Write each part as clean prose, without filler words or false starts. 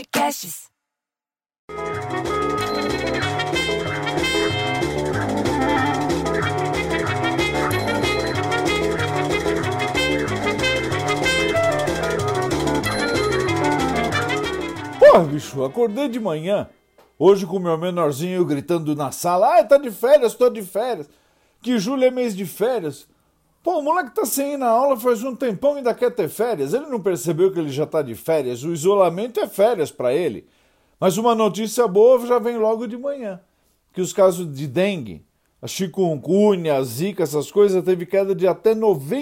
Podcasts. Porra, bicho, acordei de manhã, hoje com o meu menorzinho gritando na sala, tá de férias, tô de férias, que julho é mês de férias. Pô, o moleque tá sem ir na aula faz um tempão e ainda quer ter férias. Ele não percebeu que ele já tá de férias, o isolamento é férias pra ele. Mas uma notícia boa já vem logo de manhã, que os casos de dengue, a chikungunya, a zika, essas coisas, teve queda de até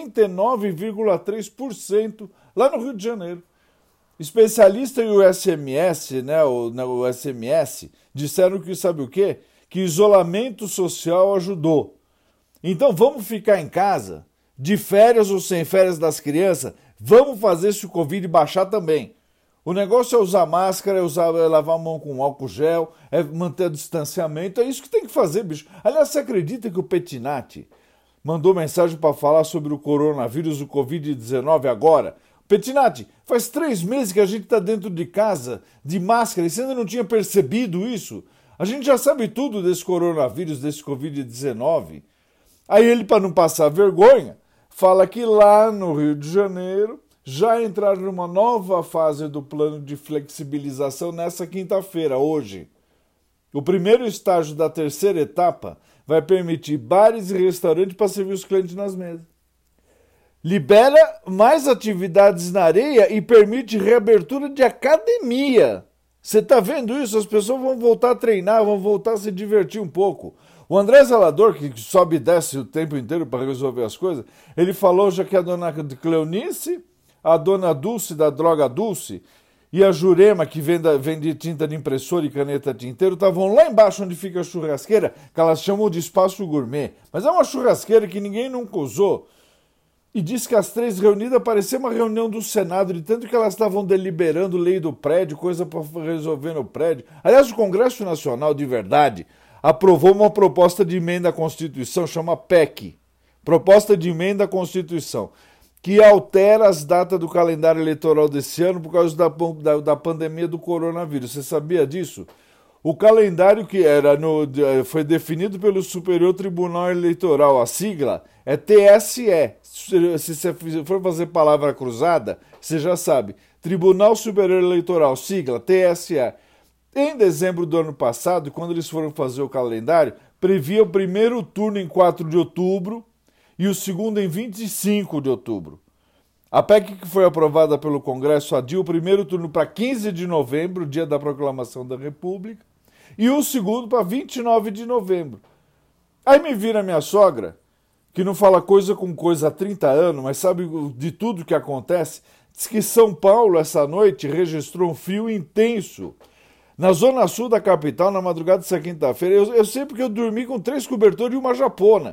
99,3% lá no Rio de Janeiro. Especialistas e o SMS, o SMS, disseram que sabe o quê? Que isolamento social ajudou. Então vamos ficar em casa, de férias ou sem férias das crianças, vamos fazer se o Covid baixar também. O negócio é usar máscara, é lavar a mão com álcool gel, é manter o distanciamento, é isso que tem que fazer, bicho. Aliás, você acredita que o Petinati mandou mensagem para falar sobre o coronavírus, o Covid-19 agora? Petinati, faz 3 meses que a gente está dentro de casa, de máscara, e você ainda não tinha percebido isso? A gente já sabe tudo desse coronavírus, desse Covid-19. Aí ele, para não passar vergonha, fala que lá no Rio de Janeiro já entraram numa nova fase do plano de flexibilização nessa quinta-feira, hoje. O primeiro estágio da terceira etapa vai permitir bares e restaurantes para servir os clientes nas mesas. Libera mais atividades na areia e permite reabertura de academia. Você está vendo isso? As pessoas vão voltar a treinar, vão voltar a se divertir um pouco. O André Zelador, que sobe e desce o tempo inteiro para resolver as coisas, ele falou já que a dona Cleonice, a dona Dulce, da Droga Dulce, e a Jurema, que vende tinta de impressora e caneta tinteiro, estavam lá embaixo onde fica a churrasqueira, que elas chamam de espaço gourmet. Mas é uma churrasqueira que ninguém nunca usou. E disse que as 3 reunidas parecia uma reunião do Senado, de tanto que elas estavam deliberando lei do prédio, coisa para resolver no prédio. Aliás, o Congresso Nacional, de verdade, aprovou uma proposta de emenda à Constituição, chama PEC, Proposta de Emenda à Constituição, que altera as datas do calendário eleitoral desse ano por causa da pandemia do coronavírus. Você sabia disso? O calendário que foi definido pelo Superior Tribunal Eleitoral, a sigla é TSE. Se você for fazer palavra cruzada, você já sabe. Tribunal Superior Eleitoral, sigla TSE. Em dezembro do ano passado, quando eles foram fazer o calendário, previa o primeiro turno em 4 de outubro e o segundo em 25 de outubro. A PEC que foi aprovada pelo Congresso adia o primeiro turno para 15 de novembro, dia da proclamação da República, e o segundo para 29 de novembro. Aí me vira minha sogra, que não fala coisa com coisa há 30 anos, mas sabe de tudo que acontece, diz que São Paulo, essa noite, registrou um frio intenso. Na zona sul da capital, na madrugada dessa quinta-feira, eu sei porque eu dormi com 3 cobertores e uma japona.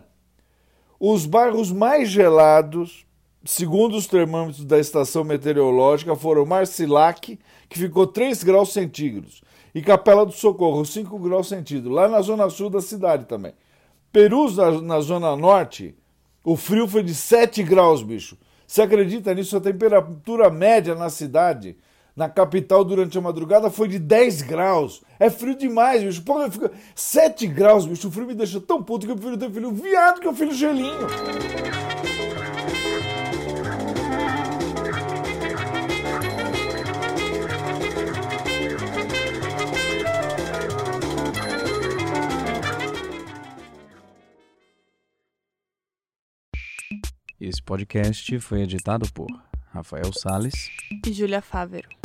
Os bairros mais gelados, segundo os termômetros da estação meteorológica, foram Marcilac, que ficou 3 graus centígrados, e Capela do Socorro, 5 graus centígrados, lá na zona sul da cidade também. Perus, na zona norte, o frio foi de 7 graus, bicho. Você acredita nisso? A temperatura média na cidade, na capital, durante a madrugada, foi de 10 graus. É frio demais, bicho. Pô, 7 graus, bicho. O frio me deixa tão puto que eu prefiro ter filho viado que eu filho gelinho. Esse podcast foi editado por Rafael Salles e Júlia Fávero.